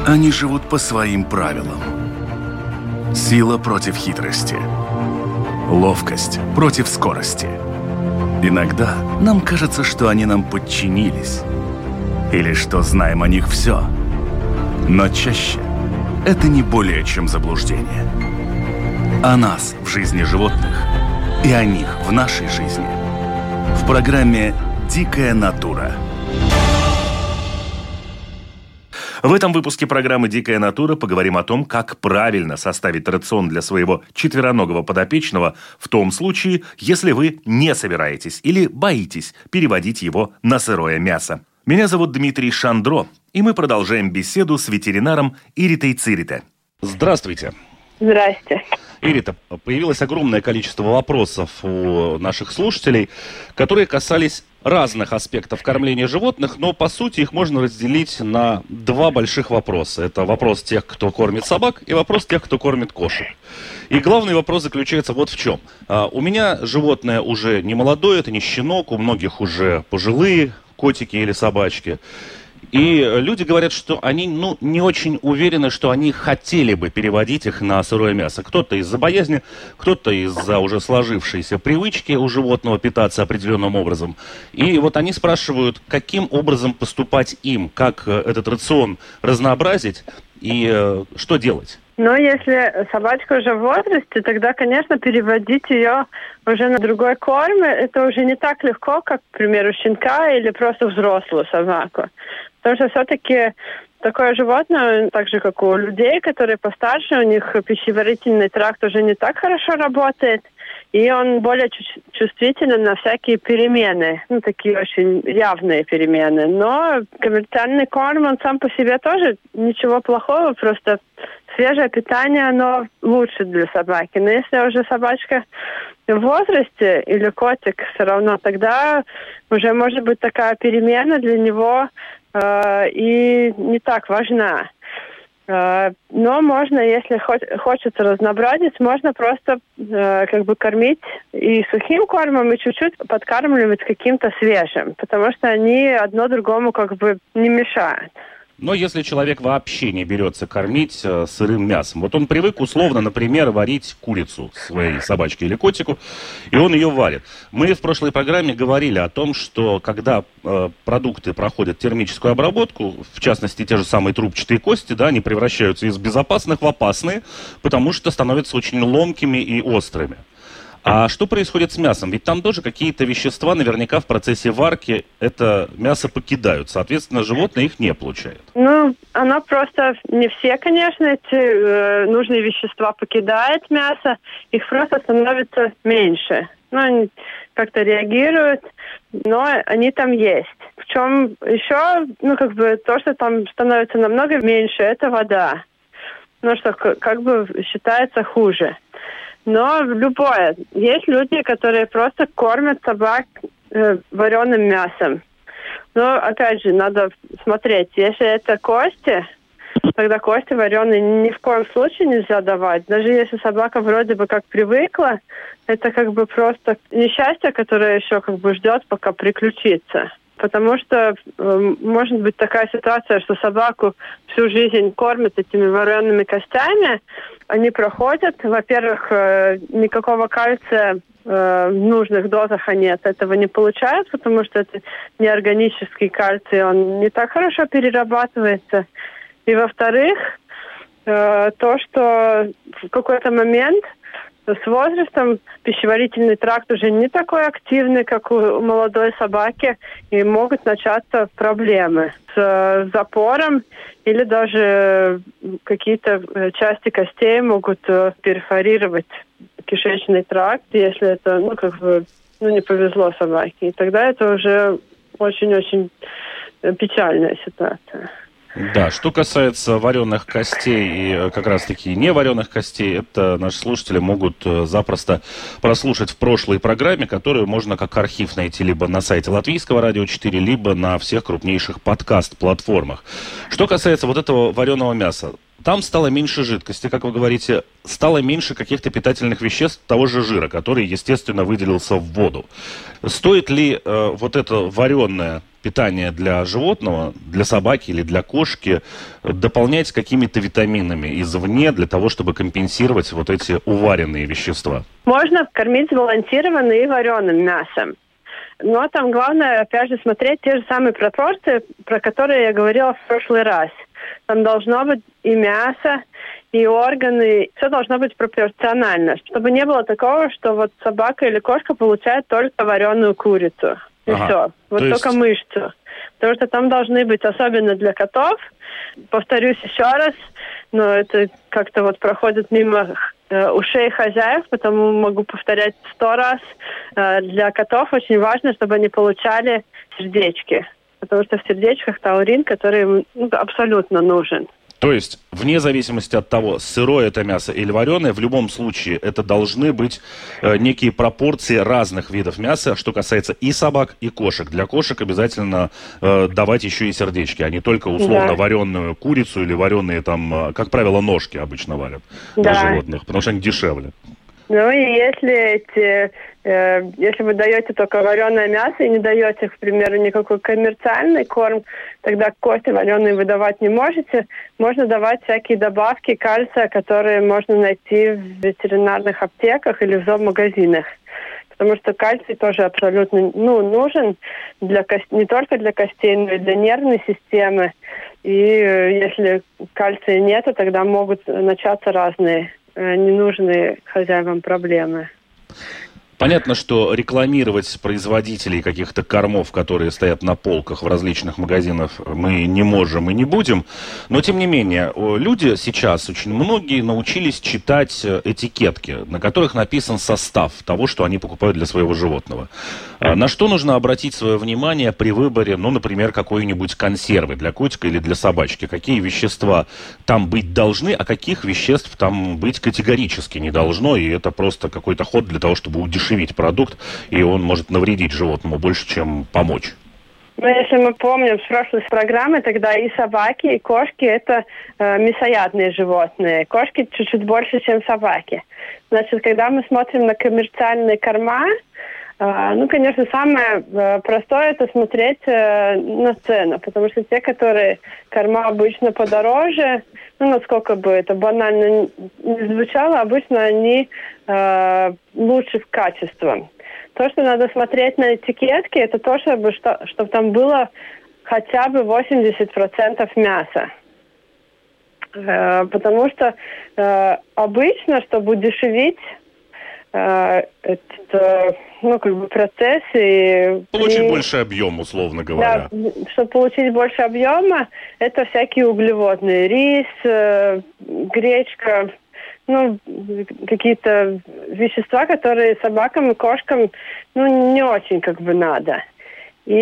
Они живут по своим правилам. Сила против хитрости. Ловкость против скорости. Иногда нам кажется, что они нам подчинились. Или что знаем о них все. Но чаще это не более чем заблуждение. О нас в жизни животных и о них в нашей жизни. В программе «Дикая натура». В этом выпуске программы «Дикая натура» поговорим о том, как правильно составить рацион для своего четвероногого подопечного в том случае, если вы не собираетесь или боитесь переводить его на сырое мясо. Меня зовут Дмитрий Шандро, и мы продолжаем беседу с ветеринаром Иритой Цирите. Здравствуйте. Здрасте. Ирита, появилось огромное количество вопросов у наших слушателей, которые касались разных аспектов кормления животных, но по сути их можно разделить на два больших вопроса. Это вопрос тех, кто кормит собак, и вопрос тех, кто кормит кошек. И главный вопрос заключается вот в чем. У меня животное уже не молодое, это не щенок, у многих уже пожилые котики или собачки. И люди говорят, что они не очень уверены, что они хотели бы переводить их на сырое мясо. Кто-то из-за боязни, кто-то из-за уже сложившейся привычки у животного питаться определенным образом. И вот они спрашивают, каким образом поступать им, как этот рацион разнообразить и что делать. Но если собачка уже в возрасте, тогда, конечно, переводить ее уже на другой корм, это уже не так легко, как, к примеру, щенка или просто взрослую собаку. Потому что все-таки такое животное, так же, как у людей, которые постарше, у них пищеварительный тракт уже не так хорошо работает, и он более чувствителен на всякие перемены, такие очень явные перемены. Но коммерциальный корм, он сам по себе тоже ничего плохого, просто свежее питание, оно лучше для собаки. Но если уже собачка в возрасте или котик, все равно тогда уже может быть такая перемена для него и не так важна. Но можно, если хочется разнообразить, можно просто кормить и сухим кормом, и чуть-чуть подкармливать каким-то свежим, потому что они одно другому не мешают. Но если человек вообще не берется кормить сырым мясом, вот он привык условно, например, варить курицу своей собачке или котику, и он ее варит. Мы в прошлой программе говорили о том, что когда продукты проходят термическую обработку, в частности, те же самые трубчатые кости, да, они превращаются из безопасных в опасные, потому что становятся очень ломкими и острыми. А что происходит с мясом? Ведь там тоже какие-то вещества наверняка в процессе варки это мясо покидают. Соответственно, животное их не получает. Оно просто не все, конечно, эти нужные вещества покидает мясо. Их просто становится меньше. Они как-то реагируют, но они там есть. В чем еще, то, что там становится намного меньше, это вода. Что считается хуже. Но любое. Есть люди, которые просто кормят собак вареным мясом. Но, опять же, надо смотреть. Если это кости, тогда кости вареные ни в коем случае нельзя давать. Даже если собака вроде бы как привыкла, это просто несчастье, которое еще ждет, пока приключится. Потому что может быть такая ситуация, что собаку всю жизнь кормят этими вареными костями. Они проходят. Во-первых, никакого кальция в нужных дозах они от этого не получают, потому что это неорганический кальций, он не так хорошо перерабатывается. И во-вторых, то, что в какой-то момент с возрастом пищеварительный тракт уже не такой активный, как у молодой собаки, и могут начаться проблемы с запором, или даже какие-то части костей могут перфорировать кишечный тракт, если это, не повезло собаке. И тогда это уже очень-очень печальная ситуация. Да, что касается вареных костей и как раз-таки не вареных костей, это наши слушатели могут запросто прослушать в прошлой программе, которую можно как архив найти либо на сайте Латвийского радио 4, либо на всех крупнейших подкаст-платформах. Что касается вот этого вареного мяса, там стало меньше жидкости, как вы говорите, стало меньше каких-то питательных веществ того же жира, который, естественно, выделился в воду. Стоит ли вот это вареное питание для животного, для собаки или для кошки, дополнять какими-то витаминами извне для того, чтобы компенсировать вот эти уваренные вещества? Можно кормить сбалансированным и вареным мясом. Но там главное, опять же, смотреть те же самые пропорции, про которые я говорила в прошлый раз. Там должно быть и мясо, и органы, все должно быть пропорционально, чтобы не было такого, что вот собака или кошка получает только вареную курицу. И все. Вот только мышцу. Потому что там должны быть, особенно для котов, повторюсь еще раз, но это как-то вот проходит мимо ушей хозяев, потому могу повторять 100 раз. Для котов очень важно, чтобы они получали сердечки, потому что в сердечках таурин, который им абсолютно нужен. То есть, вне зависимости от того, сырое это мясо или вареное, в любом случае это должны быть некие пропорции разных видов мяса, что касается и собак, и кошек. Для кошек обязательно давать еще и сердечки, а не только условно вареную курицу или вареные там, как правило, ножки обычно варят для животных, потому что они дешевле. Ну и если вы даете только вареное мясо и не даете, к примеру, никакой коммерциальный корм, тогда кости вареные вы давать не можете. Можно давать всякие добавки кальция, которые можно найти в ветеринарных аптеках или в зоомагазинах. Потому что кальций тоже абсолютно нужен не только для костей, но и для нервной системы. И если кальция нет, тогда могут начаться разные ненужные хозяевам проблемы. Понятно, что рекламировать производителей каких-то кормов, которые стоят на полках в различных магазинах, мы не можем и не будем. Но, тем не менее, люди сейчас, очень многие, научились читать этикетки, на которых написан состав того, что они покупают для своего животного. На что нужно обратить свое внимание при выборе, например, какой-нибудь консервы для котика или для собачки? Какие вещества там быть должны, а каких веществ там быть категорически не должно? И это просто какой-то ход для того, чтобы удешевить продукт, и он может навредить животному больше, чем помочь. Если мы помним с прошлой программы, тогда и собаки, и кошки – это мясоядные животные. Кошки чуть-чуть больше, чем собаки. Значит, когда мы смотрим на коммерциальные корма, конечно, самое простое – это смотреть на цену, потому что те, которые корма обычно подороже, насколько бы это банально не звучало, обычно они лучше качеством. То, что надо смотреть на этикетки, это то, чтобы там было хотя бы 80% мяса. Потому что обычно, чтобы удешевить этот процесс и... Получить больше объема, условно говоря. Да, чтобы получить больше объема, это всякие углеводные. Рис, гречка, какие-то вещества, которые собакам и кошкам, не очень надо. И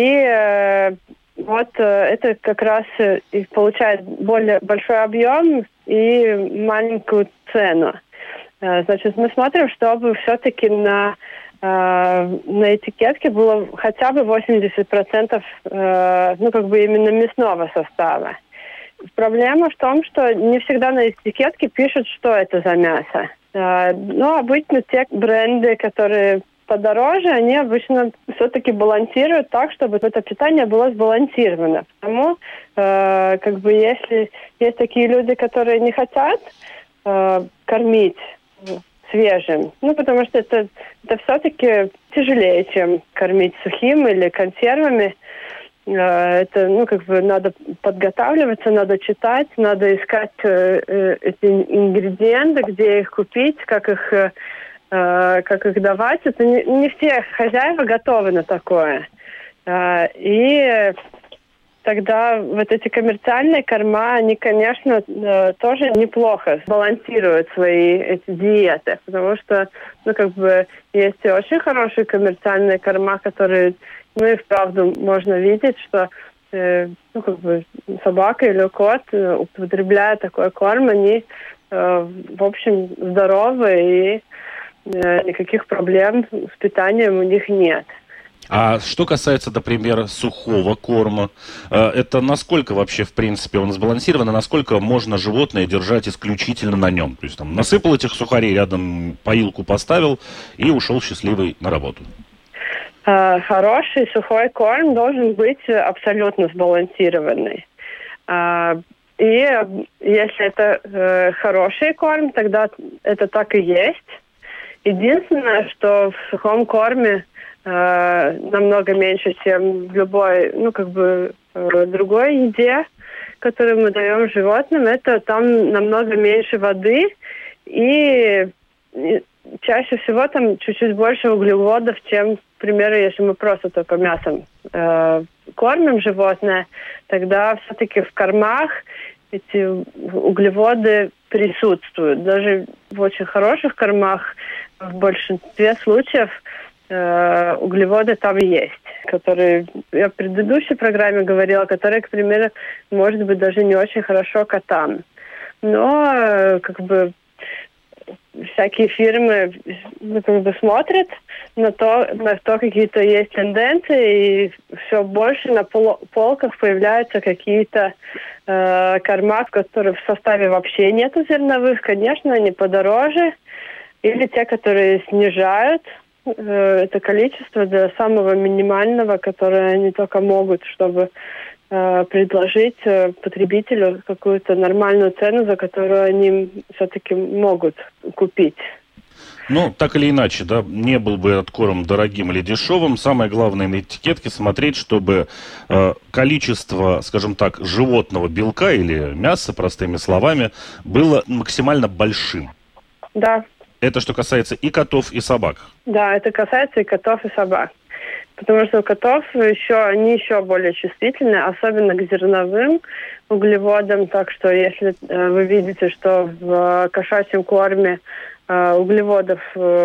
это как раз и получает более большой объем и маленькую цену. Значит, мы смотрим, чтобы все-таки на этикетке было хотя бы 80% именно мясного состава. Проблема в том, что не всегда на этикетке пишут, что это за мясо. Но обычно те бренды, которые подороже, они обычно все-таки балансируют так, чтобы это питание было сбалансировано. Потому, если есть такие люди, которые не хотят кормить свежим, потому что это все-таки тяжелее, чем кормить сухим или консервами. Это, надо подготавливаться, надо читать, надо искать эти ингредиенты, где их купить, как их давать. Это не все хозяева готовы на такое. И тогда вот эти коммерциальные корма, они, конечно, тоже неплохо балансируют свои эти диеты, потому что, есть и очень хорошие коммерциальные корма, которые, и вправду можно видеть, что, собака или кот, употребляя такой корм, они, в общем, здоровы и никаких проблем с питанием у них нет. А что касается, например, сухого корма, это насколько вообще, в принципе, он сбалансирован, и насколько можно животное держать исключительно на нем? То есть там насыпал этих сухарей, рядом поилку поставил и ушел счастливый на работу. Хороший сухой корм должен быть абсолютно сбалансированный. И если это хороший корм, тогда это так и есть. Единственное, что в сухом корме намного меньше, чем в любой, другой еде, которую мы даем животным, это там намного меньше воды и чаще всего там чуть-чуть больше углеводов, чем, к примеру, если мы просто только мясом кормим животное, тогда все-таки в кормах эти углеводы присутствуют. Даже в очень хороших кормах в большинстве случаев углеводы там есть, которые, я в предыдущей программе говорила, которые, к примеру, может быть, даже не очень хорошо котам. Но, всякие фирмы смотрят на то, какие-то есть тенденции, и все больше на полках появляются какие-то корма, которые в составе вообще нету зерновых. Конечно, они подороже. Или те, которые снижают это количество до самого минимального, которое они только могут, чтобы предложить потребителю какую-то нормальную цену, за которую они все-таки могут купить. Ну, так или иначе, да, не был бы этот корм дорогим или дешевым. Самое главное на этикетке смотреть, чтобы количество, скажем так, животного белка или мяса, простыми словами, было максимально большим. Да. Это что касается и котов, и собак. Да, это касается и котов, и собак. Потому что у котов они еще более чувствительны, особенно к зерновым углеводам. Так что если вы видите, что в кошачьем корме углеводов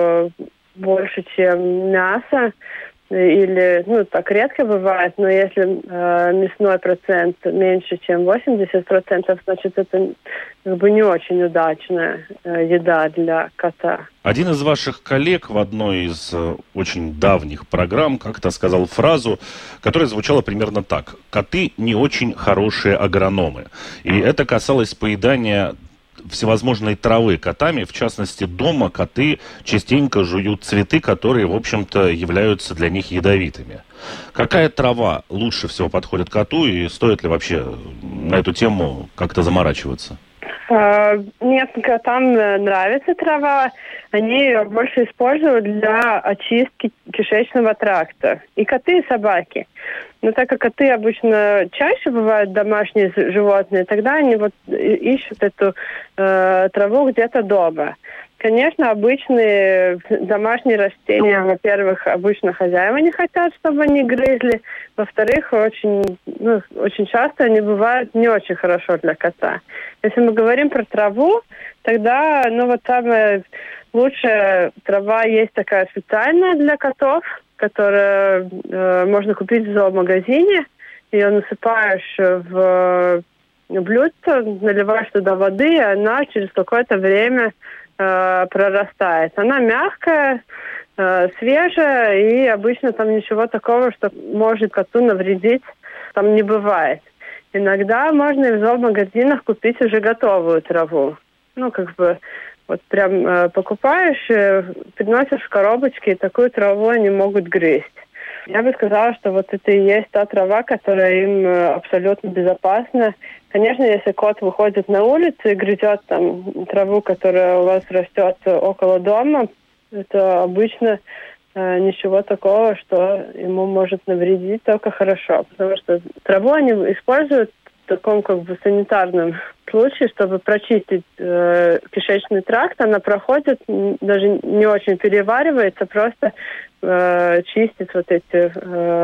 больше, чем мясо, или, так редко бывает, но если мясной процент меньше, чем 80%, значит, это не очень удачная еда для кота. Один из ваших коллег в одной из очень давних программ как-то сказал фразу, которая звучала примерно так: «Коты не очень хорошие агрономы». И это касалось поедания всевозможной травы котами. В частности, дома коты частенько жуют цветы, которые, в общем-то, являются для них ядовитыми. Какая трава лучше всего подходит коту, и стоит ли вообще на эту тему как-то заморачиваться? Нет, котам нравится трава. Они ее больше используют для очистки кишечного тракта. И коты, и собаки. Но так как коты обычно чаще бывают домашние животные, тогда они ищут эту траву где-то дома. Конечно, обычные домашние растения, во-первых, обычно хозяева не хотят, чтобы они грызли. Во-вторых, очень часто они бывают не очень хорошо для кота. Если мы говорим про траву, тогда, самая лучшая трава есть такая специальная для котов, которую можно купить в зоомагазине. Ее насыпаешь в блюдце, наливаешь туда воды, и она через какое-то время прорастает. Она мягкая, свежая, и обычно там ничего такого, что может коту навредить, там не бывает. Иногда можно и в зоомагазинах купить уже готовую траву. Покупаешь, приносишь в коробочке, и такую траву они могут грызть. Я бы сказала, что это и есть та трава, которая им абсолютно безопасна. Конечно, если кот выходит на улицу и грызет там траву, которая у вас растет около дома, это обычно ничего такого, что ему может навредить, только хорошо. Потому что траву они используют в таком санитарном случае, чтобы прочистить кишечный тракт. Она проходит, даже не очень переваривается, просто чистит эти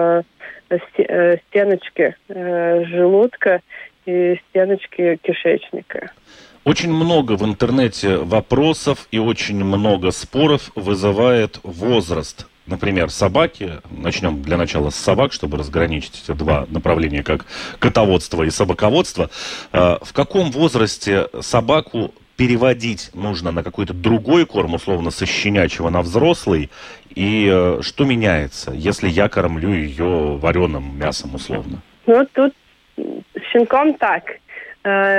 стеночки желудка и стеночки кишечника. Очень много в интернете вопросов и очень много споров вызывает возраст. Например, собаки, начнем для начала с собак, чтобы разграничить эти два направления, как котоводство и собаководство. В каком возрасте собаку переводить нужно на какой-то другой корм, условно, со щенячьего на взрослый? И что меняется, если я кормлю ее вареным мясом, условно? Тут с щенком так.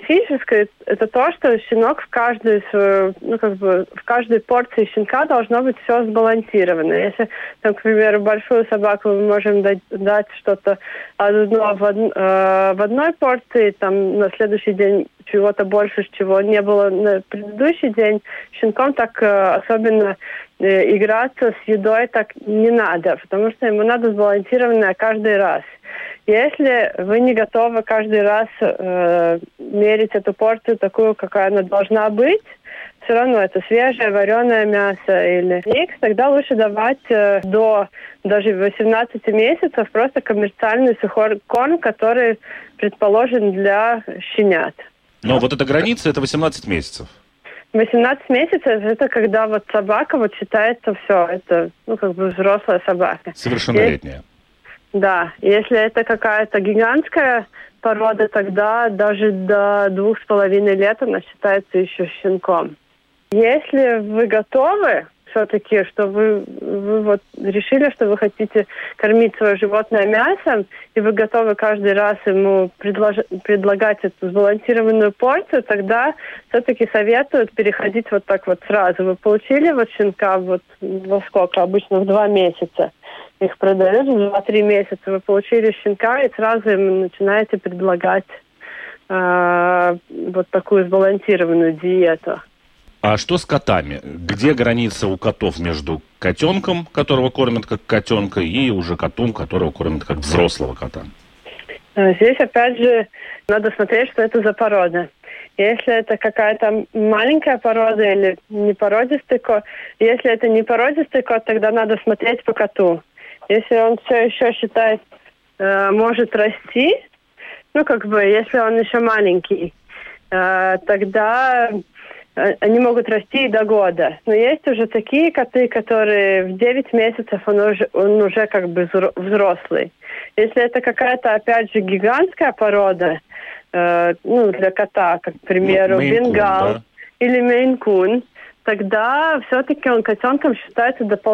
специфическое, это то, что щенок в каждой в каждой порции щенка должно быть все сбалансировано. Если, там, к примеру, большую собаку мы можем дать что-то одно в одной порции, там на следующий день чего-то больше, чего не было на предыдущий день, щенком так особенно играться с едой так не надо, потому что ему надо сбалансированное каждый раз. Если вы не готовы каждый раз мерить эту порцию такую, какая она должна быть, все равно это свежее, вареное мясо или микс, тогда лучше давать до даже 18 месяцев просто коммерциальный сухой корм, который предположен для щенят. Но вот эта граница, это 18 месяцев. 18 месяцев это когда вот собака вот считается все, это взрослая собака. Совершеннолетняя. Да, если это какая-то гигантская порода, тогда даже до 2,5 лет она считается еще щенком. Если вы готовы все-таки, что вы вот решили, что вы хотите кормить свое животное мясом, и вы готовы каждый раз ему предлагать эту сбалансированную порцию, тогда все-таки советуют переходить вот так вот сразу. Вы получили вот щенка вот во сколько? Обычно в 2 месяца. Их продают в 2-3 месяца. Вы получили щенка и сразу им начинаете предлагать вот такую сбалансированную диету. А что с котами? Где граница у котов между котенком, которого кормят как котенка, и уже котом, которого кормят как взрослого кота? Здесь, опять же, надо смотреть, что это за порода. Если это какая-то маленькая порода или непородистый кот, если это не породистый кот, тогда надо смотреть по коту. Если он все еще считает, может расти, если он еще маленький, тогда они могут расти и до года. Но есть уже такие коты, которые в 9 месяцев он уже как бы взрослый. Если это какая-то, опять же, гигантская порода, для кота, как, к примеру, бенгал, да, или мейн-кун, тогда все-таки он котенком считается до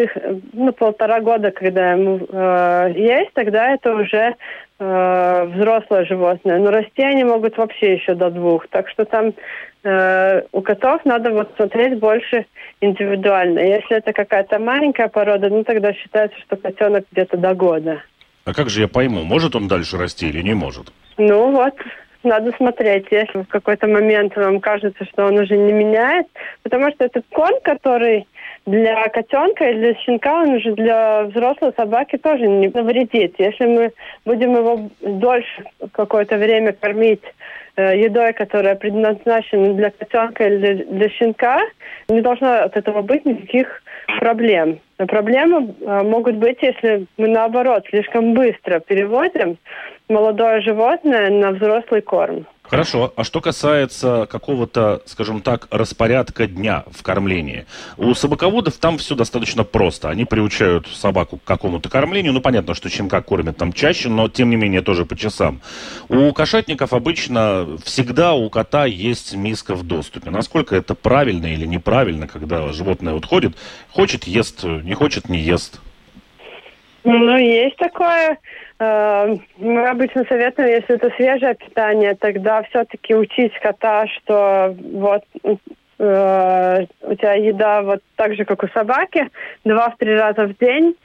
1,5 года, когда ему есть, тогда это уже взрослое животное. Но расти они могут вообще еще до 2. Так что там у котов надо вот смотреть больше индивидуально. Если это какая-то маленькая порода, тогда считается, что котенок где-то до года. А как же я пойму, может он дальше расти или не может? Надо смотреть, если в какой-то момент вам кажется, что он уже не меняет, потому что этот корм, который для котенка и для щенка, он уже для взрослой собаки тоже не навредит. Если мы будем его дольше какое-то время кормить едой, которая предназначена для котенка или для щенка, не должно от этого быть никаких проблем. Но проблемы могут быть, если мы, наоборот, слишком быстро переводим молодое животное на взрослый корм. Хорошо. А что касается какого-то, скажем так, распорядка дня в кормлении? У собаководов там все достаточно просто. Они приучают собаку к какому-то кормлению. Понятно, что щенка кормят там чаще, но тем не менее тоже по часам. У кошатников обычно всегда у кота есть миска в доступе. Насколько это правильно или неправильно, когда животное вот ходит, хочет ест, не хочет не ест? Есть такое. Мы обычно советуем, если это свежее питание, тогда все-таки учить кота, что вот у тебя еда вот так же, как у собаки, 2-3 раза в день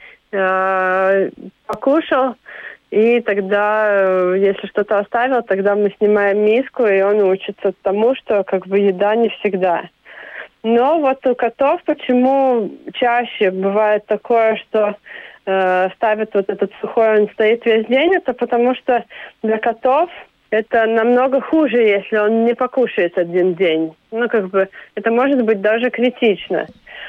покушал, и тогда, если что-то оставил, тогда мы снимаем миску, и он учится тому, что как бы еда не всегда. Но вот у котов почему чаще бывает такое, что ставят вот этот сухой, он стоит весь день, это потому что для котов это намного хуже, если он не покушает один день. Это может быть даже критично,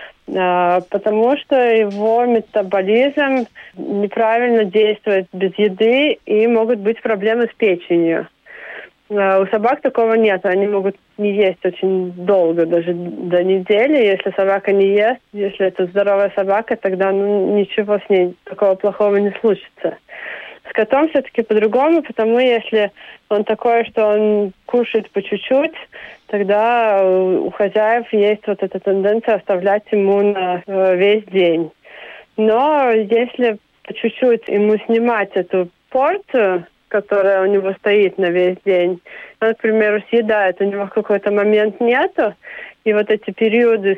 потому что его метаболизм неправильно действует без еды, и могут быть проблемы с печенью. У собак такого нет, они могут не есть очень долго, даже до недели. Если собака не ест, если это здоровая собака, тогда ничего с ней такого плохого не случится. С котом все-таки по-другому, потому если он такой, что он кушает по чуть-чуть, тогда у хозяев есть вот эта тенденция оставлять ему на весь день. Но если по чуть-чуть ему снимать эту порцию, которая у него стоит на весь день. Он, к примеру, съедает, у него в какой-то момент нету, и вот эти периоды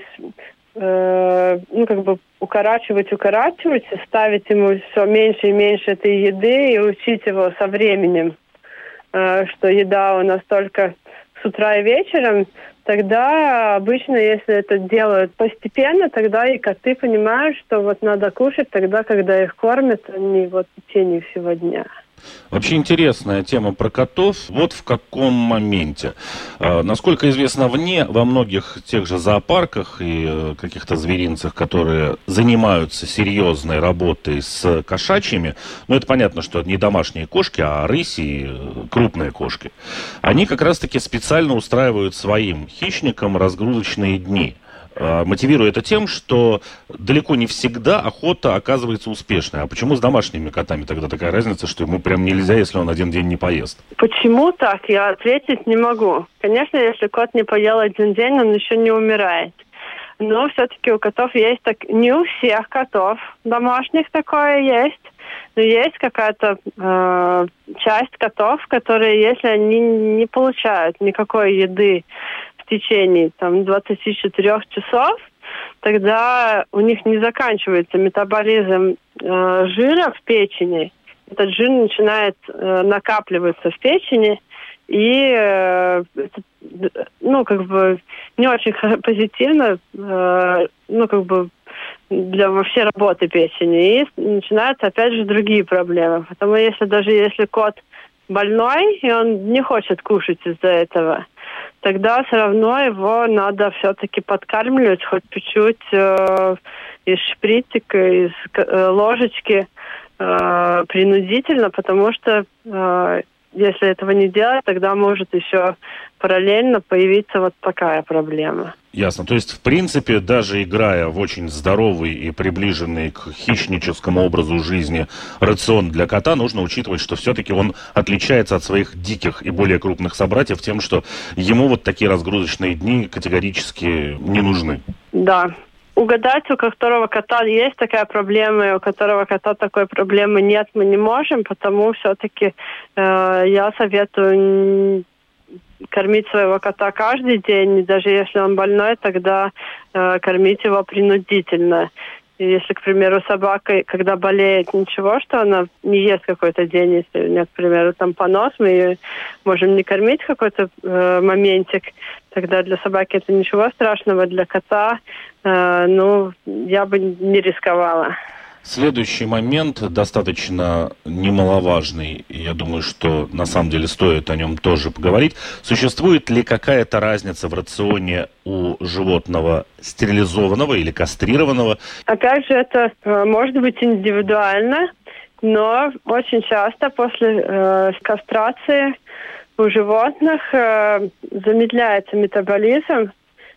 укорачивать, ставить ему все меньше и меньше этой еды и учить его со временем, что еда у нас только с утра и вечером. Тогда обычно, если это делают постепенно, тогда и коты понимают, что вот надо кушать тогда, когда их кормят, а не вот в течение всего дня. Вообще интересная тема про котов. Вот в каком моменте. Насколько известно во многих тех же зоопарках и каких-то зверинцах, которые занимаются серьезной работой с кошачьими, ну это понятно, что не домашние кошки, а рыси, крупные кошки, они как раз-таки специально устраивают своим хищникам разгрузочные дни. Мотивируя это тем, что далеко не всегда охота оказывается успешной. А почему с домашними котами тогда такая разница, что ему прям нельзя, если он один день не поест? Почему так, я ответить не могу. Конечно, если кот не поел один день, он еще не умирает. Но все-таки у котов есть не у всех котов домашних такое есть. Но есть какая-то часть котов, которые, если они не получают никакой еды в течение 24 часов, тогда у них не заканчивается метаболизм жира в печени. Этот жир начинает накапливаться в печени, и не очень позитивно для вообще работы печени. И начинаются опять же другие проблемы. Потому если кот больной, и он не хочет кушать из-за этого, тогда все равно его надо все-таки подкармливать хоть чуть-чуть из шприцика, из ложечки принудительно, потому что если этого не делать, тогда может еще параллельно появиться вот такая проблема. Ясно. То есть, в принципе, даже играя в очень здоровый и приближенный к хищническому образу жизни рацион для кота, нужно учитывать, что все-таки он отличается от своих диких и более крупных собратьев тем, что ему вот такие разгрузочные дни категорически не нужны. Да. Угадать, у которого кота есть такая проблема, и у которого кота такой проблемы нет, мы не можем, потому все-таки я советую кормить своего кота каждый день, и даже если он больной, тогда кормить его принудительно. И если, к примеру, собака, когда болеет, ничего, что она не ест какой-то день, если у нее, к примеру, понос, мы ее можем не кормить в какой-то моментик, тогда для собаки это ничего страшного, для кота, я бы не рисковала. Следующий момент достаточно немаловажный, и я думаю, что на самом деле стоит о нем тоже поговорить. Существует ли какая-то разница в рационе у животного стерилизованного или кастрированного? Опять же, это может быть индивидуально, но очень часто после кастрации у животных замедляется метаболизм,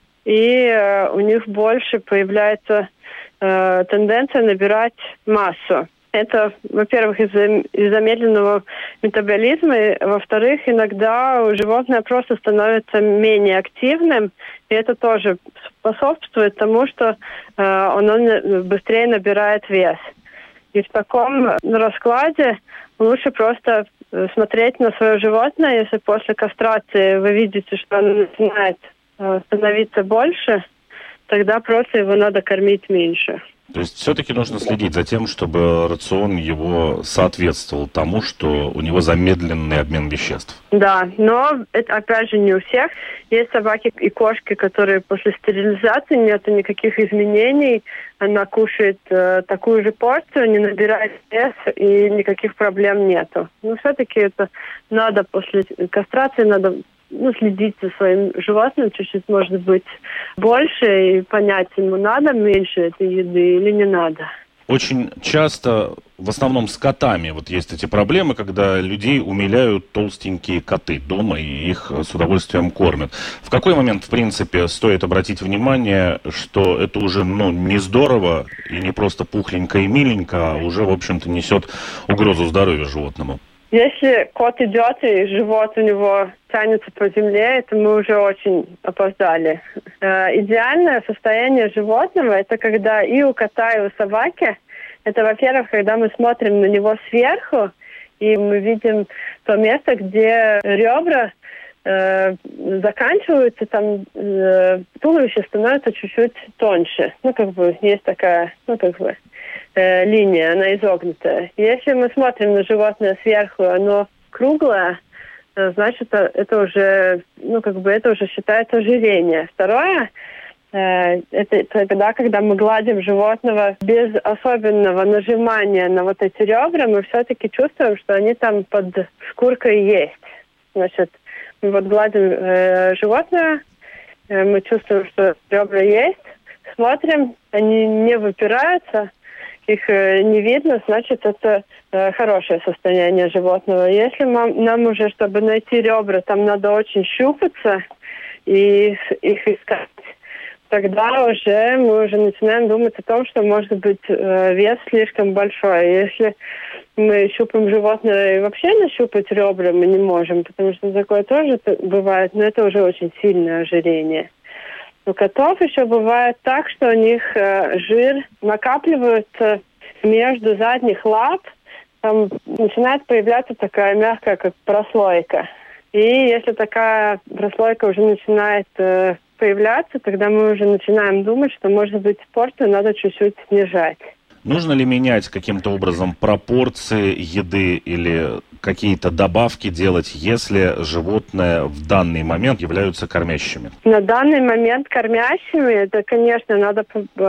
и у них больше появляется тенденция набирать массу. Это, во-первых, из-за медленного метаболизма, и, во-вторых, иногда у животного просто становится менее активным, и это тоже способствует тому, что оно быстрее набирает вес. И в таком раскладе лучше просто смотреть на свое животное, если после кастрации вы видите, что оно начинает становиться больше, тогда просто его надо кормить меньше. То есть все-таки нужно следить за тем, чтобы рацион его соответствовал тому, что у него замедленный обмен веществ. Да, но это опять же не у всех. Есть собаки и кошки, которые после стерилизации нету никаких изменений. Она кушает такую же порцию, не набирает вес и никаких проблем нету. Но все-таки это надо после кастрации, надо следить за своим животным чуть-чуть, может быть, больше и понять, ему надо меньше этой еды или не надо. Очень часто, в основном с котами, вот есть эти проблемы, когда людей умиляют толстенькие коты дома и их с удовольствием кормят. В какой момент, в принципе, стоит обратить внимание, что это уже не здорово и не просто пухленько и миленько, а уже, в общем-то, несет угрозу здоровью животному? Если кот идет и живот у него тянется по земле, это мы уже очень опоздали. Идеальное состояние животного – это когда и у кота, и у собаки, это, во-первых, когда мы смотрим на него сверху, и мы видим то место, где ребра заканчиваются, там туловище становится чуть-чуть тоньше. Есть такая, линия, она изогнутая. Если мы смотрим на животное сверху, оно круглое, значит, это уже считается ожирение. Второе, это тогда, когда мы гладим животного без особенного нажимания на вот эти ребра, мы все-таки чувствуем, что они там под шкуркой есть. Значит, мы вот гладим животное, мы чувствуем, что ребра есть, смотрим, они не выпираются, их не видно, значит, это хорошее состояние животного. Если нам уже, чтобы найти ребра, там надо очень щупаться и их искать, тогда мы уже начинаем думать о том, что, может быть, вес слишком большой. Если мы щупаем животное и вообще нащупать ребра мы не можем, потому что такое тоже бывает, но это уже очень сильное ожирение. У котов еще бывает так, что у них жир накапливается между задних лап, там начинает появляться такая мягкая, как прослойка. И если такая прослойка уже начинает появляться, тогда мы уже начинаем думать, что, может быть, порцию надо чуть-чуть снижать. Нужно ли менять каким-то образом пропорции еды или какие-то добавки делать, если животные в данный момент являются кормящими? На данный момент кормящими, это, конечно, надо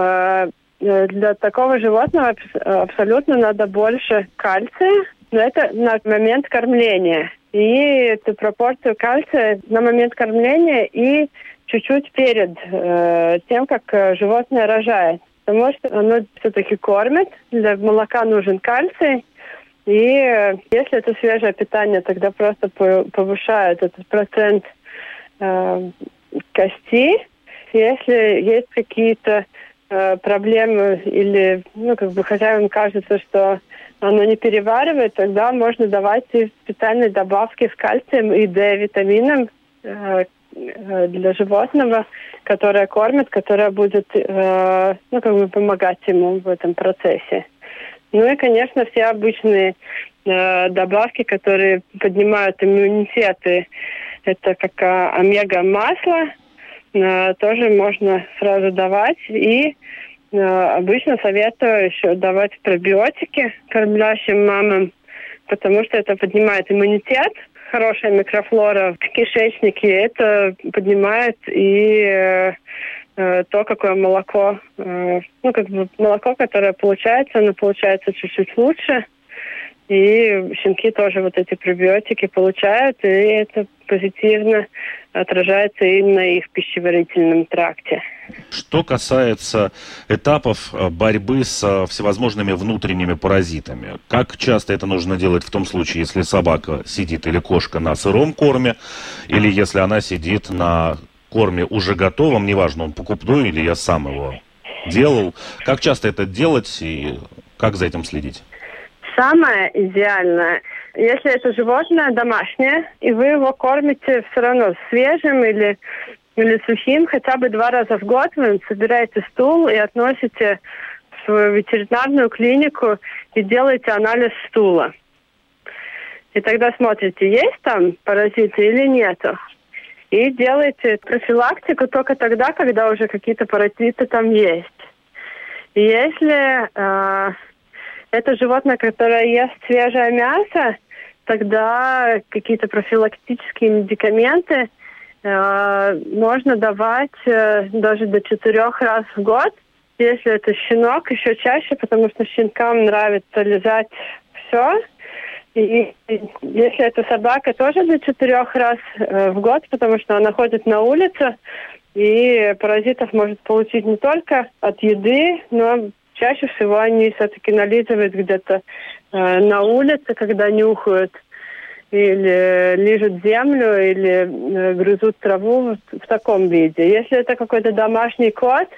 для такого животного абсолютно надо больше кальция, но это на момент кормления. И эту пропорцию кальция на момент кормления и чуть-чуть перед тем, как животное рожает. Потому что оно все-таки кормит, для молока нужен кальций. И если это свежее питание, тогда просто повышают этот процент кости. Если есть какие-то проблемы или, хозяевам кажется, что оно не переваривает, тогда можно давать и специальные добавки с кальцием и D-витамином для животного, которое кормит, которое будет помогать ему в этом процессе. Ну и, конечно, все обычные добавки, которые поднимают иммунитет, это как омега-масло, тоже можно сразу давать. И обычно советую еще давать пробиотики кормящим мамам, потому что это поднимает иммунитет. Хорошая микрофлора в кишечнике, это поднимает и то, какое молоко, молоко, которое получается, оно получается чуть-чуть лучше. И щенки тоже вот эти пробиотики получают, и это позитивно отражается и на их пищеварительном тракте. Что касается этапов борьбы с всевозможными внутренними паразитами, как часто это нужно делать в том случае, если собака сидит или кошка на сыром корме, или если она сидит на корме уже готовом, неважно, он покупной или я сам его делал. Как часто это делать и как за этим следить? Самое идеальное, если это животное домашнее, и вы его кормите все равно свежим или сухим, хотя бы 2 раза в год вы собираете стул и относите в свою ветеринарную клинику и делаете анализ стула. И тогда смотрите, есть там паразиты или нету. И делаете профилактику только тогда, когда уже какие-то паразиты там есть. И если это животное, которое ест свежее мясо, тогда какие-то профилактические медикаменты можно давать даже до 4 раз в год. Если это щенок, еще чаще, потому что щенкам нравится лизать все. И если это собака, тоже до 4 раз в год, потому что она ходит на улицу, и паразитов может получить не только от еды, но чаще всего они все-таки нализывают где-то на улице, когда нюхают, или лижут землю, или грызут траву в таком виде. Если это какой-то домашний кот,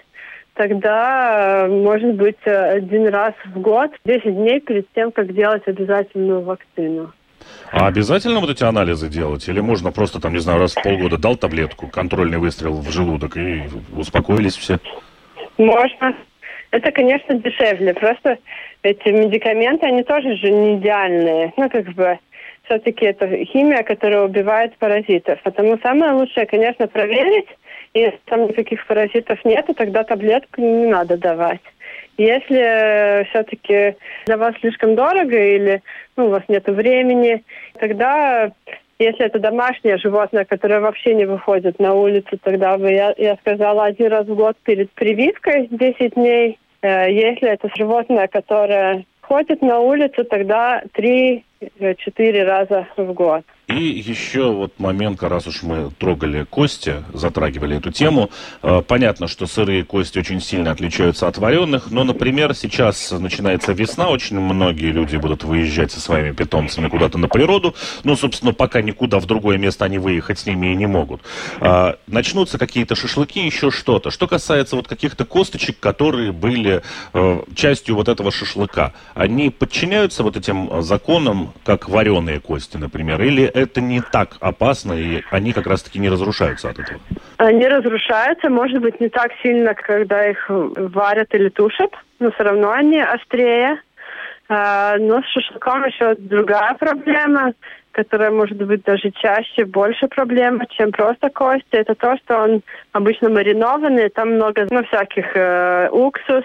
тогда может быть 1 раз в год, 10 дней перед тем, как делать обязательную вакцину. А обязательно вот эти анализы делать? Или можно просто, там, не знаю, раз в полгода дал таблетку, контрольный выстрел в желудок, и успокоились все? Можно. Это, конечно, дешевле. Просто эти медикаменты, они тоже же не идеальные. Все-таки это химия, которая убивает паразитов. Потому самое лучшее, конечно, проверить. Если там никаких паразитов нету, тогда таблетку не надо давать. Если все-таки для вас слишком дорого или у вас нет времени, тогда, если это домашнее животное, которое вообще не выходит на улицу, тогда бы, я сказала, 1 раз в год перед прививкой 10 дней. Если это животное, которое ходит на улицу, тогда 3-4 раза в год. И еще вот момент, раз уж мы трогали кости, затрагивали эту тему. Понятно, что сырые кости очень сильно отличаются от вареных, но, например, сейчас начинается весна, очень многие люди будут выезжать со своими питомцами куда-то на природу, собственно, пока никуда в другое место они выехать с ними и не могут. Начнутся какие-то шашлыки, еще что-то. Что касается вот каких-то косточек, которые были частью вот этого шашлыка, они подчиняются вот этим законам, как вареные кости, например, или это не так опасно, и они как раз-таки не разрушаются от этого? Они разрушаются, может быть, не так сильно, когда их варят или тушат, но все равно они острее. Но с шашлыком еще другая проблема, которая может быть даже чаще, больше проблема, чем просто кости. Это то, что он обычно маринованный, там много всяких уксус,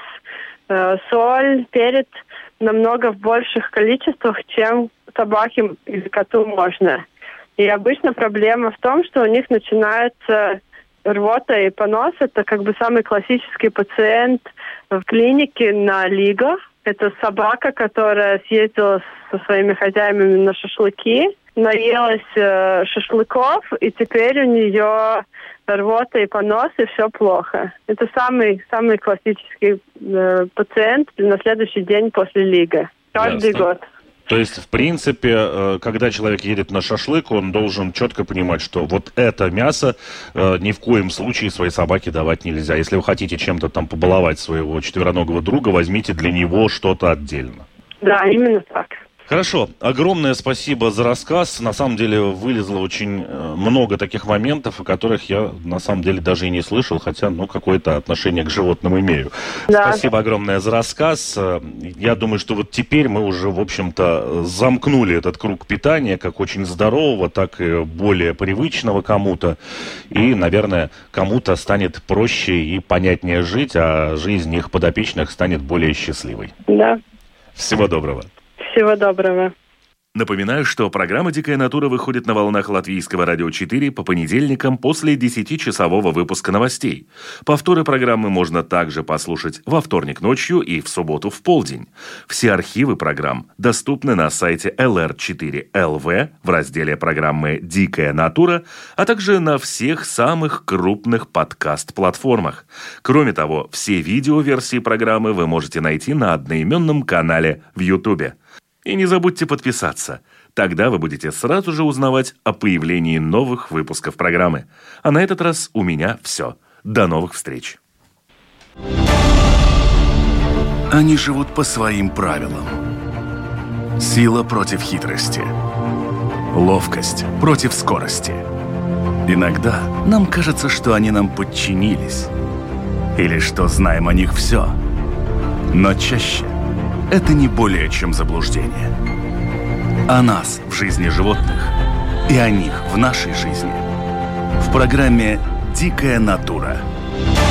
соль, перец, намного в больших количествах, чем собаке или коту можно. И обычно проблема в том, что у них начинается рвота и понос. Это самый классический пациент в клинике на Лиго. Это собака, которая съездила со своими хозяевами на шашлыки, наелась шашлыков, и теперь у нее рвота и понос, и все плохо. Это самый классический пациент на следующий день после Лига. Каждый год. То есть, в принципе, когда человек едет на шашлык, он должен четко понимать, что вот это мясо ни в коем случае своей собаке давать нельзя. Если вы хотите чем-то там побаловать своего четвероногого друга, возьмите для него что-то отдельно. Да, именно так. Хорошо. Огромное спасибо за рассказ. На самом деле вылезло очень много таких моментов, о которых я на самом деле даже и не слышал, хотя, какое-то отношение к животным имею. Да. Спасибо огромное за рассказ. Я думаю, что вот теперь мы уже, в общем-то, замкнули этот круг питания, как очень здорового, так и более привычного кому-то. И, наверное, кому-то станет проще и понятнее жить, а жизнь их подопечных станет более счастливой. Да. Всего доброго. Всего доброго. Напоминаю, что программа «Дикая натура» выходит на волнах Латвийского радио 4 по понедельникам после 10-часового выпуска новостей. Повторы программы можно также послушать во вторник ночью и в субботу в полдень. Все архивы программ доступны на сайте LR4LV в разделе программы «Дикая натура», а также на всех самых крупных подкаст-платформах. Кроме того, все видеоверсии программы вы можете найти на одноименном канале в YouTube. И не забудьте подписаться. Тогда вы будете сразу же узнавать о появлении новых выпусков программы. А на этот раз у меня все. До новых встреч. Они живут по своим правилам. Сила против хитрости. Ловкость против скорости. Иногда нам кажется, что они нам подчинились. Или что знаем о них все. Но чаще это не более чем заблуждение. О нас в жизни животных и о них в нашей жизни. В программе «Дикая натура».